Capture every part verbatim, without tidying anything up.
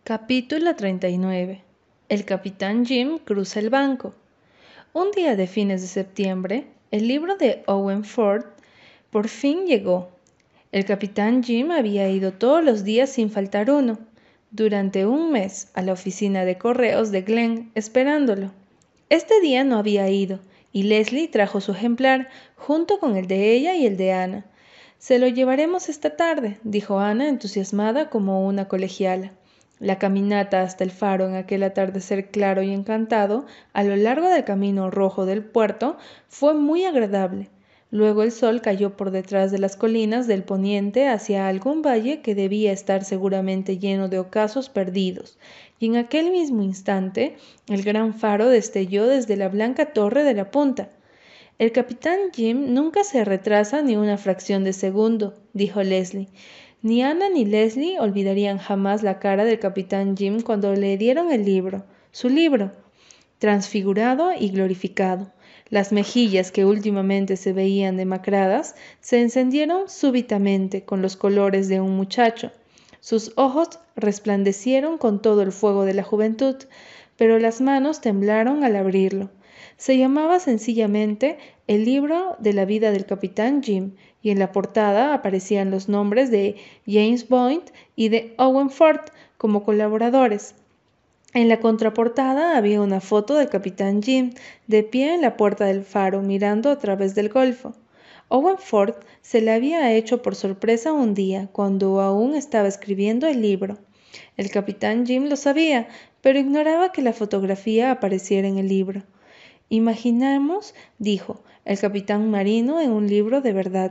Capítulo treinta y nueve. El capitán Jim cruza el banco. Un día de fines de septiembre, el libro de Owen Ford por fin llegó. El capitán Jim había ido todos los días sin faltar uno, durante un mes, a la oficina de correos de Glen esperándolo. Este día no había ido, y Leslie trajo su ejemplar, junto con el de ella y el de Ana. «Se lo llevaremos esta tarde», dijo Ana, entusiasmada como una colegiala. La caminata hasta el faro en aquel atardecer claro y encantado, a lo largo del camino rojo del puerto, fue muy agradable. Luego el sol cayó por detrás de las colinas del poniente hacia algún valle que debía estar seguramente lleno de ocasos perdidos, y en aquel mismo instante el gran faro destelló desde la blanca torre de la punta. «El capitán Jim nunca se retrasa ni una fracción de segundo», dijo Leslie. Ni Ana ni Leslie olvidarían jamás la cara del capitán Jim cuando le dieron el libro, su libro, transfigurado y glorificado. Las mejillas, que últimamente se veían demacradas, se encendieron súbitamente con los colores de un muchacho. Sus ojos resplandecieron con todo el fuego de la juventud, pero las manos temblaron al abrirlo. Se llamaba sencillamente El libro de la vida del capitán Jim, y en la portada aparecían los nombres de James Boyd y de Owen Ford como colaboradores. En la contraportada había una foto del capitán Jim, de pie en la puerta del faro, mirando a través del golfo. Owen Ford se le había hecho por sorpresa un día, cuando aún estaba escribiendo el libro. El capitán Jim lo sabía, pero ignoraba que la fotografía apareciera en el libro. «Imaginemos», dijo, «el capitán marino en un libro de verdad.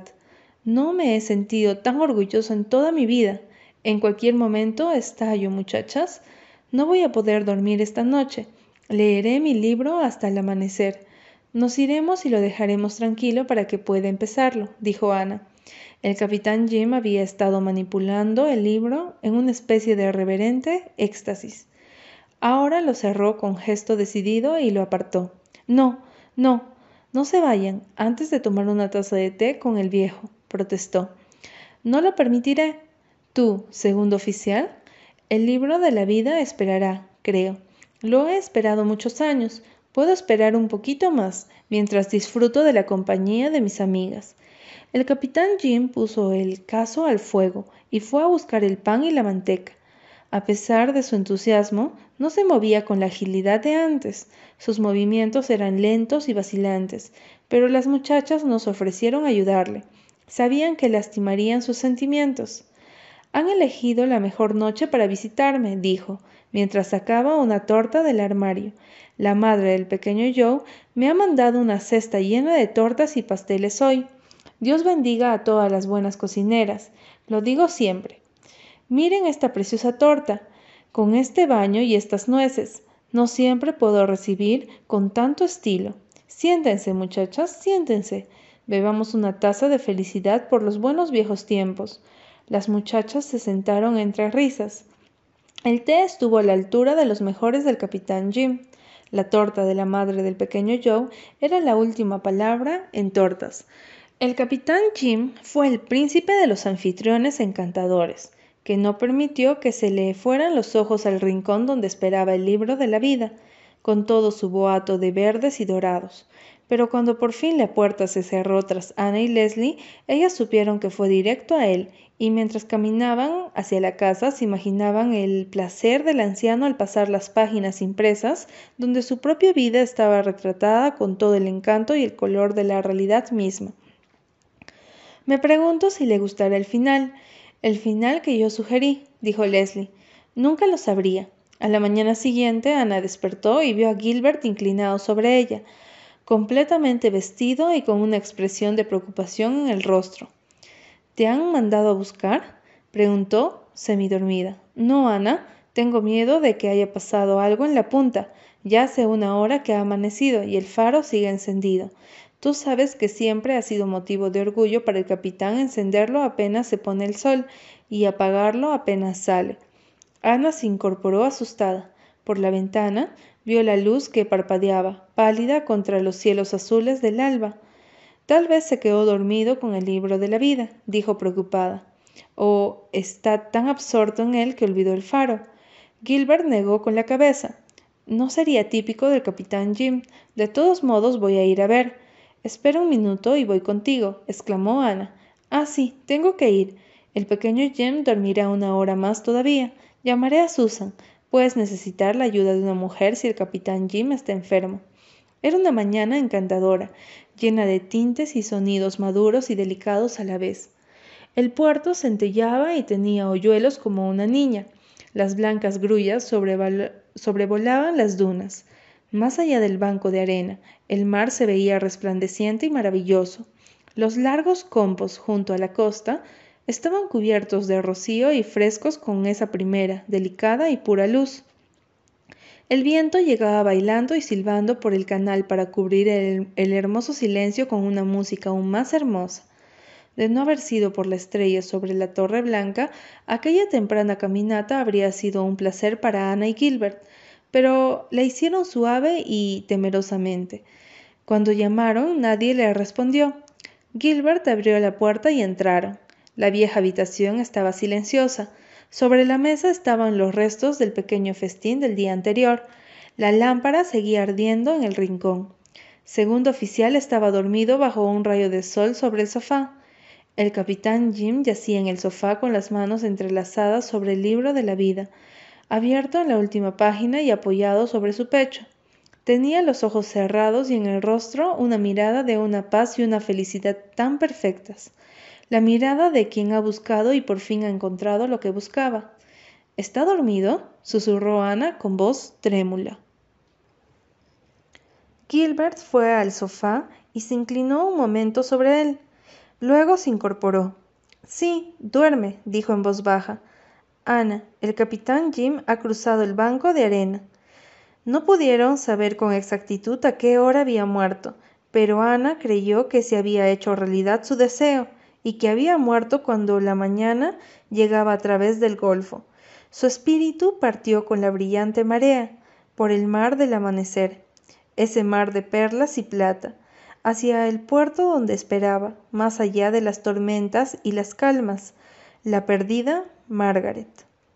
No me he sentido tan orgulloso en toda mi vida. En cualquier momento estallo, muchachas. No voy a poder dormir esta noche. Leeré mi libro hasta el amanecer. Nos iremos y lo dejaremos tranquilo para que pueda empezarlo», dijo Ana. El capitán Jim había estado manipulando el libro en una especie de reverente éxtasis. Ahora lo cerró con gesto decidido y lo apartó. «No, no, no se vayan antes de tomar una taza de té con el viejo», protestó. «No lo permitiré. Tú, segundo oficial, el libro de la vida esperará, creo. Lo he esperado muchos años. Puedo esperar un poquito más, mientras disfruto de la compañía de mis amigas». El capitán Jim puso el cazo al fuego y fue a buscar el pan y la manteca. A pesar de su entusiasmo, no se movía con la agilidad de antes. Sus movimientos eran lentos y vacilantes, pero las muchachas nos ofrecieron ayudarle. Sabían que lastimarían sus sentimientos. «Han elegido la mejor noche para visitarme», dijo, mientras sacaba una torta del armario. «La madre del pequeño Joe me ha mandado una cesta llena de tortas y pasteles hoy. Dios bendiga a todas las buenas cocineras. Lo digo siempre. Miren esta preciosa torta, con este baño y estas nueces. No siempre puedo recibir con tanto estilo. Siéntense, muchachas, siéntense. Bebamos una taza de felicidad por los buenos viejos tiempos». Las muchachas se sentaron entre risas. El té estuvo a la altura de los mejores del capitán Jim. La torta de la madre del pequeño Joe era la última palabra en tortas. El capitán Jim fue el príncipe de los anfitriones encantadores, que no permitió que se le fueran los ojos al rincón donde esperaba el libro de la vida, con todo su boato de verdes y dorados. Pero cuando por fin la puerta se cerró tras Ana y Leslie, ellas supieron que fue directo a él, y mientras caminaban hacia la casa se imaginaban el placer del anciano al pasar las páginas impresas, donde su propia vida estaba retratada con todo el encanto y el color de la realidad misma. «Me pregunto si le gustará el final, el final que yo sugerí», dijo Leslie. «Nunca lo sabría». A la mañana siguiente Ana despertó y vio a Gilbert inclinado sobre ella, completamente vestido y con una expresión de preocupación en el rostro. «¿Te han mandado a buscar?», preguntó, semidormida. «No, Ana, tengo miedo de que haya pasado algo en la punta. Ya hace una hora que ha amanecido y el faro sigue encendido. Tú sabes que siempre ha sido motivo de orgullo para el capitán encenderlo apenas se pone el sol y apagarlo apenas sale». Ana se incorporó asustada. Por la ventana vio la luz que parpadeaba, pálida contra los cielos azules del alba. «Tal vez se quedó dormido con el libro de la vida», dijo preocupada. «O está tan absorto en él que olvidó el faro». Gilbert negó con la cabeza. No sería típico del capitán Jim. De todos modos voy a ir a ver. Espera un minuto y voy contigo, exclamó Ana. Ah, sí, tengo que ir. El pequeño Jim dormirá una hora más todavía. Llamaré a Susan. Puedes necesitar la ayuda de una mujer si el capitán Jim está enfermo. Era una mañana encantadora, llena de tintes y sonidos maduros y delicados a la vez. El puerto centelleaba y tenía hoyuelos como una niña. Las blancas grullas sobrevolaban las dunas. Más allá del banco de arena, el mar se veía resplandeciente y maravilloso. Los largos compos junto a la costa estaban cubiertos de rocío y frescos con esa primera, delicada y pura luz. El viento llegaba bailando y silbando por el canal para cubrir el, el hermoso silencio con una música aún más hermosa. De no haber sido por la estrella sobre la Torre Blanca, aquella temprana caminata habría sido un placer para Ana y Gilbert, pero la hicieron suave y temerosamente. Cuando llamaron, nadie le respondió. Gilbert abrió la puerta y entraron. La vieja habitación estaba silenciosa. Sobre la mesa estaban los restos del pequeño festín del día anterior. La lámpara seguía ardiendo en el rincón. Segundo oficial estaba dormido bajo un rayo de sol sobre el sofá. El capitán Jim yacía en el sofá con las manos entrelazadas sobre el libro de la vida, abierto en la última página y apoyado sobre su pecho. Tenía los ojos cerrados y en el rostro una mirada de una paz y una felicidad tan perfectas. La mirada de quien ha buscado y por fin ha encontrado lo que buscaba. ¿Está dormido?, susurró Ana con voz trémula. Gilbert fue al sofá y se inclinó un momento sobre él. Luego se incorporó. Sí, duerme, dijo en voz baja. Ana, el capitán Jim ha cruzado el banco de arena. No pudieron saber con exactitud a qué hora había muerto, pero Ana creyó que se había hecho realidad su deseo y que había muerto cuando la mañana llegaba a través del golfo. Su espíritu partió con la brillante marea, por el mar del amanecer, ese mar de perlas y plata, hacia el puerto donde esperaba, más allá de las tormentas y las calmas, la perdida Margaret.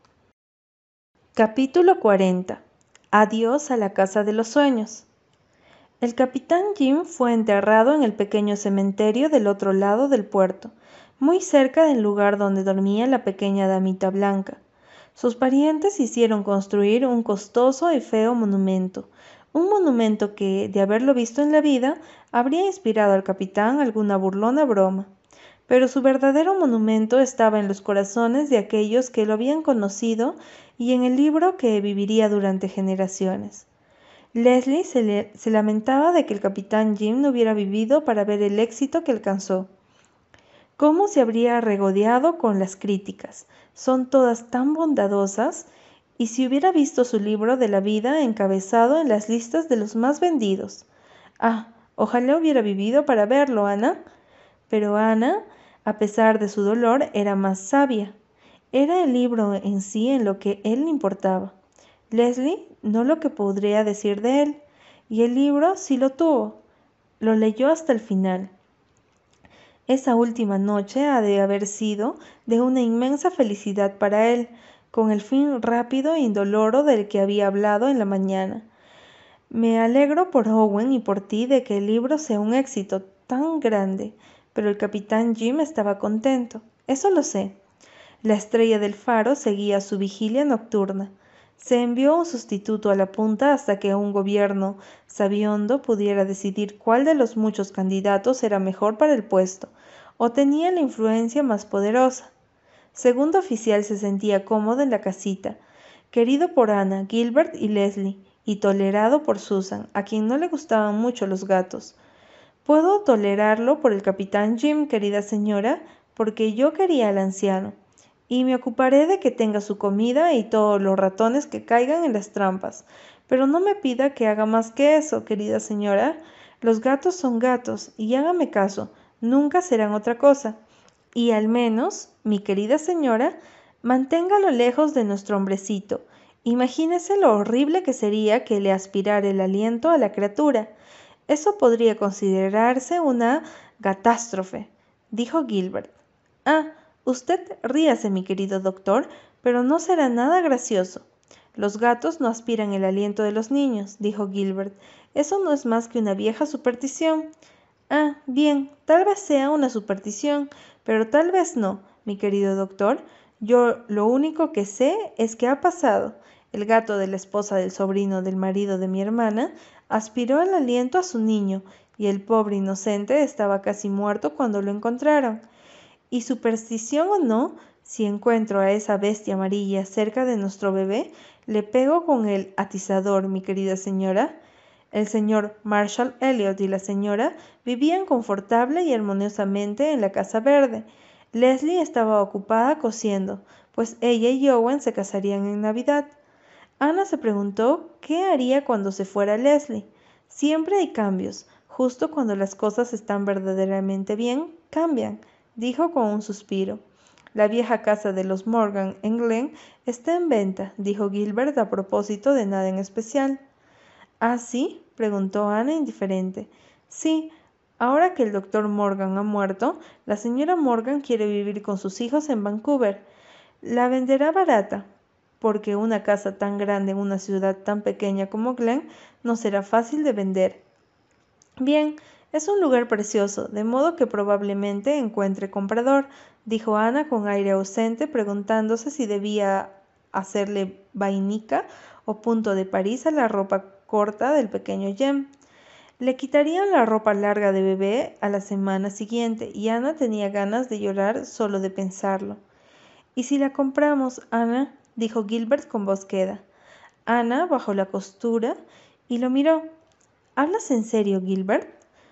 Capítulo cuarenta. Adiós a la casa de los sueños. El capitán Jim fue enterrado en el pequeño cementerio del otro lado del puerto, muy cerca del lugar donde dormía la pequeña damita blanca. Sus parientes hicieron construir un costoso y feo monumento, un monumento que, de haberlo visto en la vida, habría inspirado al capitán alguna burlona broma. Pero su verdadero monumento estaba en los corazones de aquellos que lo habían conocido y en el libro que viviría durante generaciones. Leslie se, le, se lamentaba de que el capitán Jim no hubiera vivido para ver el éxito que alcanzó. ¿Cómo se habría regodeado con las críticas? Son todas tan bondadosas. Y si hubiera visto su libro de la vida encabezado en las listas de los más vendidos. Ah, ojalá hubiera vivido para verlo, Ana. Pero Ana, a pesar de su dolor, era más sabia. Era el libro en sí en lo que él le importaba. Leslie no lo que podría decir de él, y el libro sí lo tuvo. Lo leyó hasta el final. Esa última noche ha de haber sido de una inmensa felicidad para él, con el fin rápido e indoloro del que había hablado en la mañana. Me alegro por Owen y por ti de que el libro sea un éxito tan grande, pero el capitán Jim estaba contento, eso lo sé. La estrella del faro seguía su vigilia nocturna. Se envió un sustituto a la punta hasta que un gobierno sabiondo pudiera decidir cuál de los muchos candidatos era mejor para el puesto, o tenía la influencia más poderosa. Segundo oficial se sentía cómodo en la casita, querido por Ana, Gilbert y Leslie, y tolerado por Susan, a quien no le gustaban mucho los gatos. Puedo tolerarlo por el capitán Jim, querida señora, porque yo quería al anciano, y me ocuparé de que tenga su comida y todos los ratones que caigan en las trampas. Pero no me pida que haga más que eso, querida señora. Los gatos son gatos, y hágame caso, nunca serán otra cosa. Y al menos, mi querida señora, manténgalo lejos de nuestro hombrecito. Imagínese lo horrible que sería que le aspirara el aliento a la criatura. Eso podría considerarse una catástrofe, dijo Gilbert. Ah, usted ríase, mi querido doctor, pero no será nada gracioso. Los gatos no aspiran el aliento de los niños, dijo Gilbert. Eso no es más que una vieja superstición. Ah, bien, tal vez sea una superstición, pero tal vez no, mi querido doctor. Yo lo único que sé es que ha pasado. El gato de la esposa del sobrino del marido de mi hermana aspiró el aliento a su niño, y el pobre inocente estaba casi muerto cuando lo encontraron. Y superstición o no, si encuentro a esa bestia amarilla cerca de nuestro bebé, le pego con el atizador, mi querida señora. El señor Marshall Elliot y la señora vivían confortable y armoniosamente en la casa verde. Leslie estaba ocupada cosiendo, pues ella y Owen se casarían en Navidad. Ana se preguntó qué haría cuando se fuera Leslie. Siempre hay cambios. Justo cuando las cosas están verdaderamente bien, cambian, dijo con un suspiro. La vieja casa de los Morgan en Glen está en venta, dijo Gilbert a propósito de nada en especial. ¿Ah, sí?, preguntó Ana indiferente. Sí, ahora que el doctor Morgan ha muerto, la señora Morgan quiere vivir con sus hijos en Vancouver. La venderá barata, porque una casa tan grande en una ciudad tan pequeña como Glen no será fácil de vender. Bien, es un lugar precioso, de modo que probablemente encuentre comprador, dijo Ana con aire ausente, preguntándose si debía hacerle vainica o punto de París a la ropa corta del pequeño Jem. Le quitarían la ropa larga de bebé a la semana siguiente y Ana tenía ganas de llorar solo de pensarlo. ¿Y si la compramos, Ana?, dijo Gilbert con voz queda. Ana bajó la costura y lo miró. ¿Hablas en serio, Gilbert?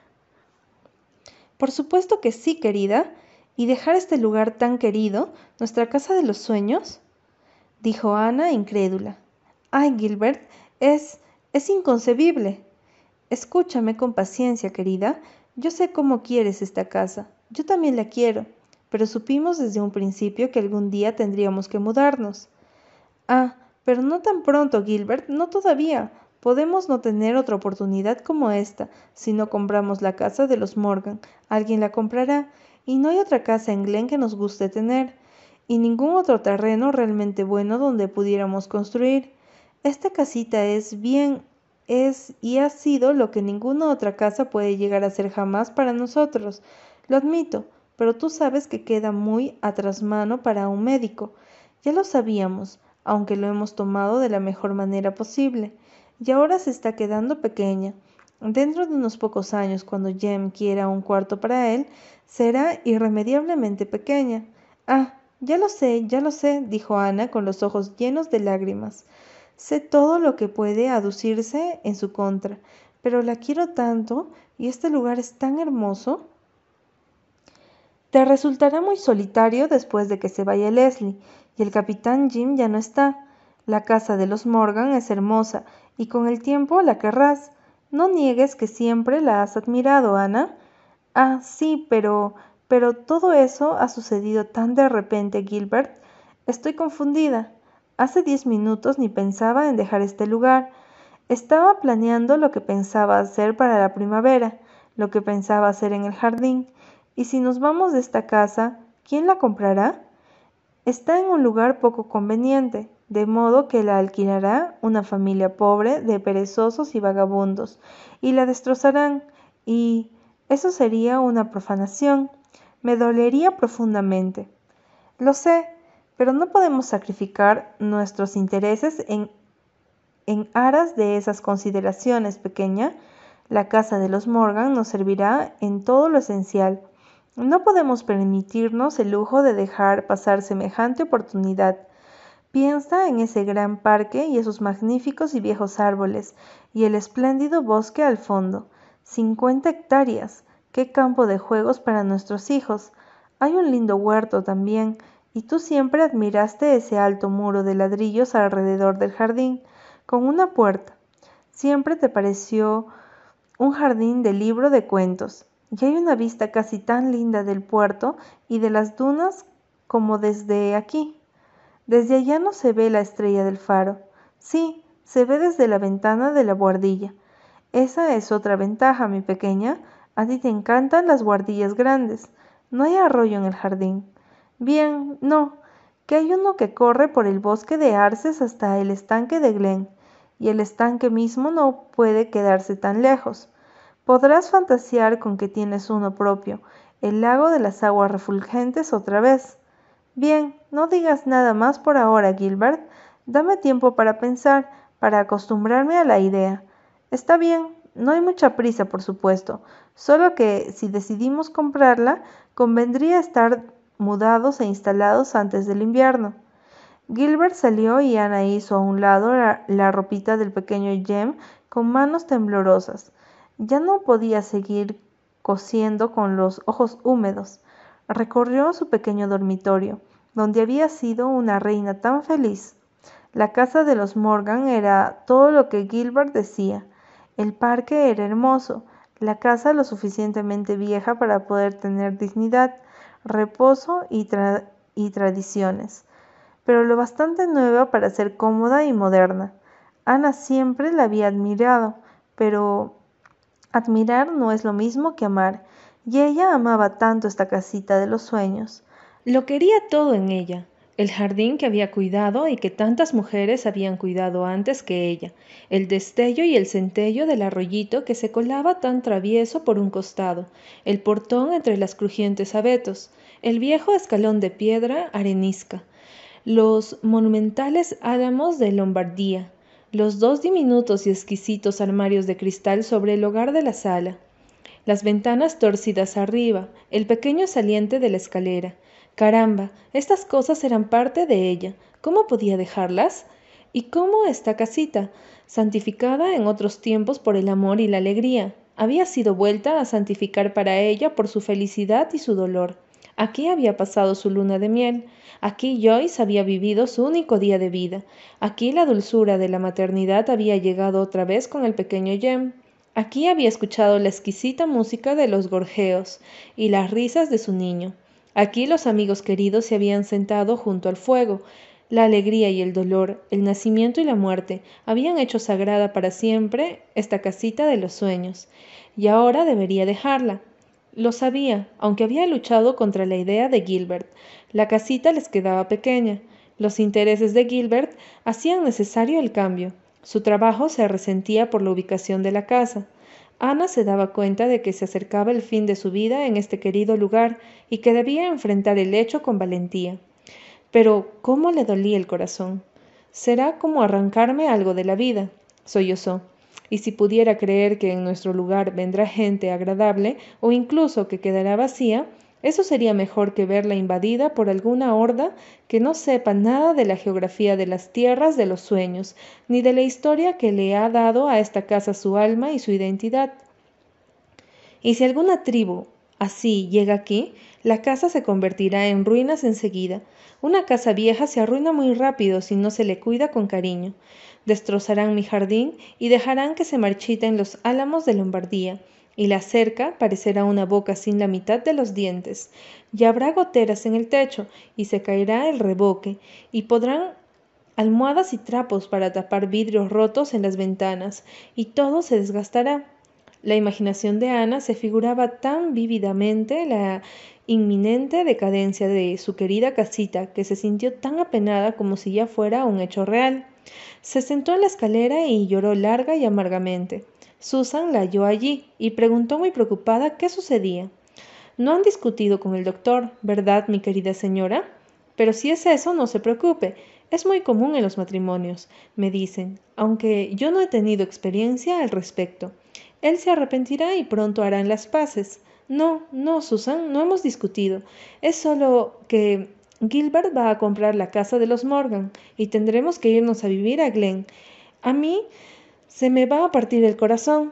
Por supuesto que sí, querida. ¿Y dejar este lugar tan querido, nuestra casa de los sueños? Dijo Ana, incrédula. Ay, Gilbert, es... es inconcebible. Escúchame con paciencia, querida. Yo sé cómo quieres esta casa. Yo también la quiero. Pero supimos desde un principio que algún día tendríamos que mudarnos. Ah, pero no tan pronto, Gilbert, no todavía. Podemos no tener otra oportunidad como esta. Si no compramos la casa de los Morgan, alguien la comprará, y no hay otra casa en Glen que nos guste tener, y ningún otro terreno realmente bueno donde pudiéramos construir. Esta casita es bien, es y ha sido lo que ninguna otra casa puede llegar a ser jamás para nosotros. Lo admito, pero tú sabes que queda muy a trasmano para un médico. Ya lo sabíamos, aunque lo hemos tomado de la mejor manera posible, y ahora se está quedando pequeña. Dentro de unos pocos años, cuando Jem quiera un cuarto para él, será irremediablemente pequeña. Ah, ya lo sé, ya lo sé, dijo Ana con los ojos llenos de lágrimas. Sé todo lo que puede aducirse en su contra, pero la quiero tanto y este lugar es tan hermoso. Te resultará muy solitario después de que se vaya Leslie, y el capitán Jim ya no está. La casa de los Morgan es hermosa, y con el tiempo la querrás. No niegues que siempre la has admirado, Ana. Ah, sí, pero... pero todo eso ha sucedido tan de repente, Gilbert. Estoy confundida. Hace diez minutos ni pensaba en dejar este lugar. Estaba planeando lo que pensaba hacer para la primavera, lo que pensaba hacer en el jardín. Y si nos vamos de esta casa, ¿quién la comprará? Está en un lugar poco conveniente, de modo que la alquilará una familia pobre de perezosos y vagabundos, y la destrozarán, y eso sería una profanación. Me dolería profundamente. Lo sé, pero no podemos sacrificar nuestros intereses en, en aras de esas consideraciones, pequeña. La casa de los Morgan nos servirá en todo lo esencial. No podemos permitirnos el lujo de dejar pasar semejante oportunidad. Piensa en ese gran parque y esos magníficos y viejos árboles, y el espléndido bosque al fondo. Cincuenta hectáreas. ¡Qué campo de juegos para nuestros hijos! Hay un lindo huerto también, y tú siempre admiraste ese alto muro de ladrillos alrededor del jardín, con una puerta. Siempre te pareció un jardín de libro de cuentos. Y hay una vista casi tan linda del puerto y de las dunas como desde aquí. Desde allá no se ve la estrella del faro. Sí, se ve desde la ventana de la buhardilla. Esa es otra ventaja, mi pequeña. A ti te encantan las buhardillas grandes. No hay arroyo en el jardín. Bien, no. que hay uno que corre por el bosque de arces hasta el estanque de Glen, y el estanque mismo no puede quedarse tan lejos. Podrás fantasear con que tienes uno propio, el lago de las aguas refulgentes otra vez. Bien, no digas nada más por ahora, Gilbert. Dame tiempo para pensar, para acostumbrarme a la idea. Está bien, no hay mucha prisa, por supuesto, solo que si decidimos comprarla, convendría estar mudados e instalados antes del invierno. Gilbert salió y Ana hizo a un lado la, la ropita del pequeño Jem con manos temblorosas. Ya no podía seguir cosiendo con los ojos húmedos. Recorrió su pequeño dormitorio, donde había sido una reina tan feliz. La casa de los Morgan era todo lo que Gilbert decía. El parque era hermoso, la casa lo suficientemente vieja para poder tener dignidad, reposo y, tra y tradiciones, pero lo bastante nueva para ser cómoda y moderna. Ana siempre la había admirado, pero admirar no es lo mismo que amar, y ella amaba tanto esta casita de los sueños. Lo quería todo en ella, el jardín que había cuidado y que tantas mujeres habían cuidado antes que ella, el destello y el centello del arroyito que se colaba tan travieso por un costado, el portón entre las crujientes abetos, el viejo escalón de piedra arenisca, los monumentales álamos de Lombardía, los dos diminutos y exquisitos armarios de cristal sobre el hogar de la sala, las ventanas torcidas arriba, el pequeño saliente de la escalera. Caramba, estas cosas eran parte de ella. ¿Cómo podía dejarlas? ¿Y cómo esta casita, santificada en otros tiempos por el amor y la alegría, había sido vuelta a santificar para ella por su felicidad y su dolor? Aquí había pasado su luna de miel. Aquí Joyce había vivido su único día de vida. Aquí la dulzura de la maternidad había llegado otra vez con el pequeño Jem. Aquí había escuchado la exquisita música de los gorjeos y las risas de su niño. Aquí los amigos queridos se habían sentado junto al fuego. La alegría y el dolor, el nacimiento y la muerte habían hecho sagrada para siempre esta casita de los sueños. Y ahora debería dejarla. Lo sabía, aunque había luchado contra la idea de Gilbert. La casita les quedaba pequeña. Los intereses de Gilbert hacían necesario el cambio. Su trabajo se resentía por la ubicación de la casa. Ana se daba cuenta de que se acercaba el fin de su vida en este querido lugar y que debía enfrentar el hecho con valentía. Pero ¿cómo le dolía el corazón? Será como arrancarme algo de la vida, sollozó. Y si pudiera creer que en nuestro lugar vendrá gente agradable o incluso que quedará vacía, eso sería mejor que verla invadida por alguna horda que no sepa nada de la geografía de las tierras de los sueños, ni de la historia que le ha dado a esta casa su alma y su identidad. Y si alguna tribu así llega aquí, la casa se convertirá en ruinas enseguida. Una casa vieja se arruina muy rápido si no se le cuida con cariño. Destrozarán mi jardín y dejarán que se marchiten los álamos de Lombardía, y la cerca parecerá una boca sin la mitad de los dientes, y habrá goteras en el techo, y se caerá el revoque, y podrán almohadas y trapos para tapar vidrios rotos en las ventanas, y todo se desgastará. La imaginación de Ana se figuraba tan vívidamente la inminente decadencia de su querida casita que se sintió tan apenada como si ya fuera un hecho real. Se sentó en la escalera y lloró larga y amargamente. Susan la halló allí y preguntó muy preocupada qué sucedía. No han discutido con el doctor, ¿verdad, mi querida señora? Pero si es eso, no se preocupe. Es muy común en los matrimonios, me dicen, aunque yo no he tenido experiencia al respecto. Él se arrepentirá y pronto harán las paces. No, no, Susan, no hemos discutido. Es solo que Gilbert va a comprar la casa de los Morgan y tendremos que irnos a vivir a Glen. A mí se me va a partir el corazón.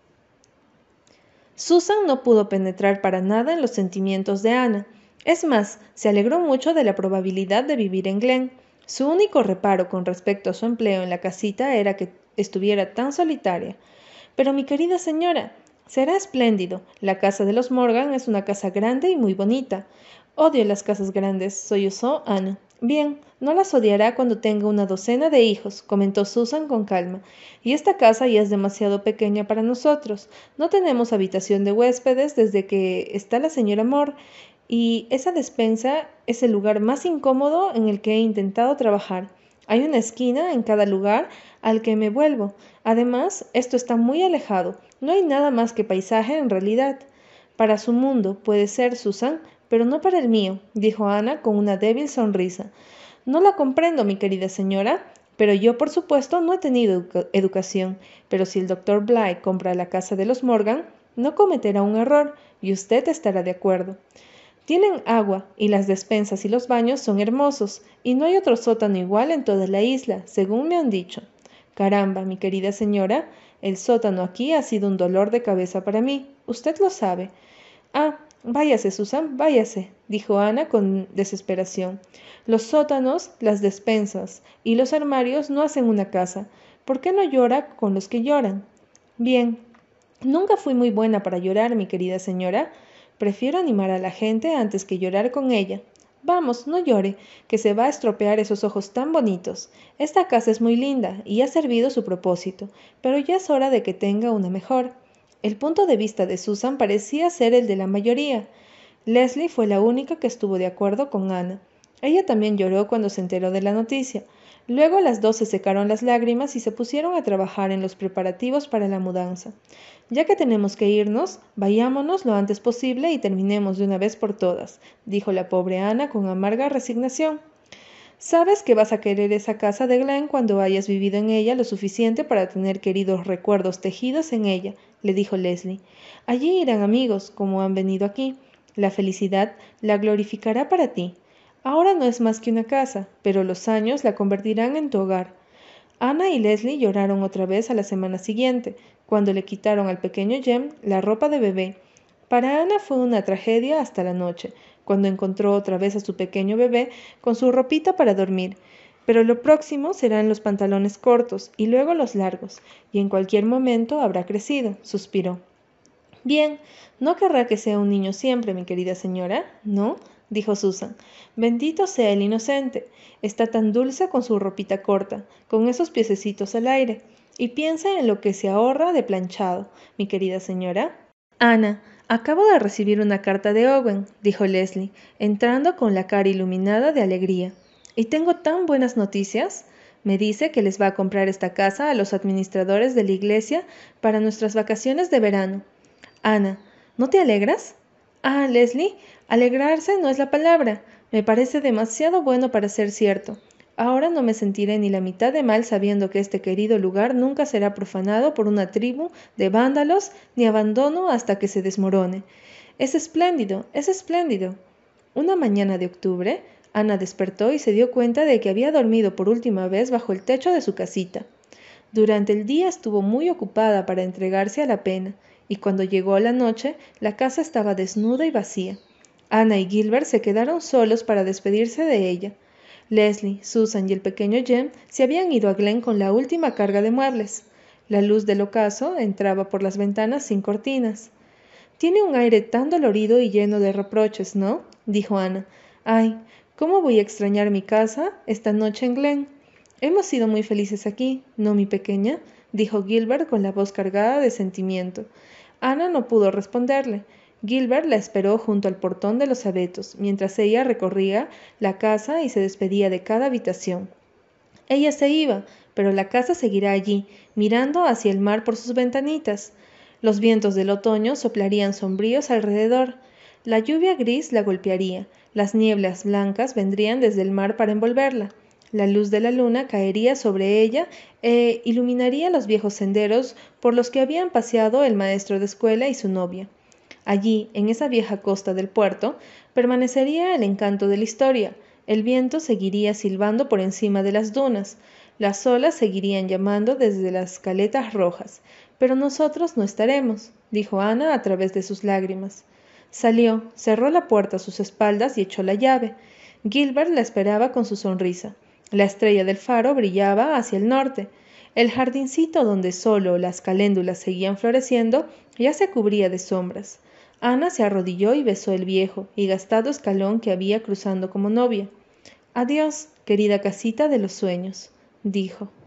Susan no pudo penetrar para nada en los sentimientos de Ana. Es más, se alegró mucho de la probabilidad de vivir en Glen. Su único reparo con respecto a su empleo en la casita era que estuviera tan solitaria. Pero mi querida señora, será espléndido. La casa de los Morgan es una casa grande y muy bonita. Odio las casas grandes, sollozó Ana. Bien, no las odiará cuando tenga una docena de hijos, comentó Susan con calma. Y esta casa ya es demasiado pequeña para nosotros. No tenemos habitación de huéspedes desde que está la señora Moore, Y esa despensa es el lugar más incómodo en el que he intentado trabajar. Hay una esquina en cada lugar al que me vuelvo. Además, esto está muy alejado. No hay nada más que paisaje en realidad. Para su mundo puede ser, Susan, pero no para el mío, dijo Ana con una débil sonrisa. No la comprendo, mi querida señora, pero yo, por supuesto, no he tenido educa- educación. Pero si el doctor Bly compra la casa de los Morgan, no cometerá un error, y usted estará de acuerdo. Tienen agua, y las despensas y los baños son hermosos, y no hay otro sótano igual en toda la isla, según me han dicho. Caramba, mi querida señora, el sótano aquí ha sido un dolor de cabeza para mí. Usted lo sabe. Ah, váyase, Susan, váyase, dijo Ana con desesperación. Los sótanos, las despensas y los armarios no hacen una casa. ¿Por qué no llora con los que lloran? Bien, nunca fui muy buena para llorar, mi querida señora. Prefiero animar a la gente antes que llorar con ella. Vamos, no llore, que se va a estropear esos ojos tan bonitos. Esta casa es muy linda y ha servido su propósito, pero ya es hora de que tenga una mejor. El punto de vista de Susan parecía ser el de la mayoría. Leslie fue la única que estuvo de acuerdo con Ana. Ella también lloró cuando se enteró de la noticia. Luego las dos se secaron las lágrimas y se pusieron a trabajar en los preparativos para la mudanza. Ya que tenemos que irnos, vayámonos lo antes posible y terminemos de una vez por todas, dijo la pobre Ana con amarga resignación. Sabes que vas a querer esa casa de Glen cuando hayas vivido en ella lo suficiente para tener queridos recuerdos tejidos en ella, le dijo Leslie. Allí irán amigos, como han venido aquí. La felicidad la glorificará para ti. Ahora no es más que una casa, pero los años la convertirán en tu hogar. Ana y Leslie lloraron otra vez a la semana siguiente, cuando le quitaron al pequeño Jem la ropa de bebé. Para Ana fue una tragedia hasta la noche, cuando encontró otra vez a su pequeño bebé con su ropita para dormir. Pero lo próximo serán los pantalones cortos y luego los largos, y en cualquier momento habrá crecido, suspiró. Bien, no querrá que sea un niño siempre, mi querida señora, ¿no? Dijo Susan. Bendito sea el inocente. Está tan dulce con su ropita corta, con esos piececitos al aire. Y piensa en lo que se ahorra de planchado, mi querida señora. Ana, acabo de recibir una carta de Owen, dijo Leslie, entrando con la cara iluminada de alegría. Y tengo tan buenas noticias. Me dice que les va a comprar esta casa a los administradores de la iglesia para nuestras vacaciones de verano. Ana, ¿no te alegras? Ah, Leslie, alegrarse no es la palabra. Me parece demasiado bueno para ser cierto. Ahora no me sentiré ni la mitad de mal sabiendo que este querido lugar nunca será profanado por una tribu de vándalos ni abandono hasta que se desmorone. Es espléndido, es espléndido. Una mañana de octubre, Ana despertó y se dio cuenta de que había dormido por última vez bajo el techo de su casita. Durante el día estuvo muy ocupada para entregarse a la pena, y cuando llegó la noche, la casa estaba desnuda y vacía. Ana y Gilbert se quedaron solos para despedirse de ella. Leslie, Susan y el pequeño Jem se habían ido a Glen con la última carga de muebles. La luz del ocaso entraba por las ventanas sin cortinas. Tiene un aire tan dolorido y lleno de reproches, ¿no? Dijo Ana. Ay, ¿cómo voy a extrañar mi casa esta noche en Glen? Hemos sido muy felices aquí, ¿no, mi pequeña? Dijo Gilbert con la voz cargada de sentimiento. Ana no pudo responderle. Gilbert la esperó junto al portón de los abetos, mientras ella recorría la casa y se despedía de cada habitación. Ella se iba, pero la casa seguirá allí, mirando hacia el mar por sus ventanitas. Los vientos del otoño soplarían sombríos alrededor. La lluvia gris la golpearía, las nieblas blancas vendrían desde el mar para envolverla. La luz de la luna caería sobre ella e iluminaría los viejos senderos por los que habían paseado el maestro de escuela y su novia. Allí, en esa vieja costa del puerto, permanecería el encanto de la historia. El viento seguiría silbando por encima de las dunas. Las olas seguirían llamando desde las caletas rojas. Pero nosotros no estaremos, dijo Ana a través de sus lágrimas. Salió, cerró la puerta a sus espaldas y echó la llave. Gilbert la esperaba con su sonrisa. La estrella del faro brillaba hacia el norte. El jardincito donde solo las caléndulas seguían floreciendo ya se cubría de sombras. Ana se arrodilló y besó el viejo y gastado escalón que había cruzando como novia. Adiós, querida casita de los sueños, dijo.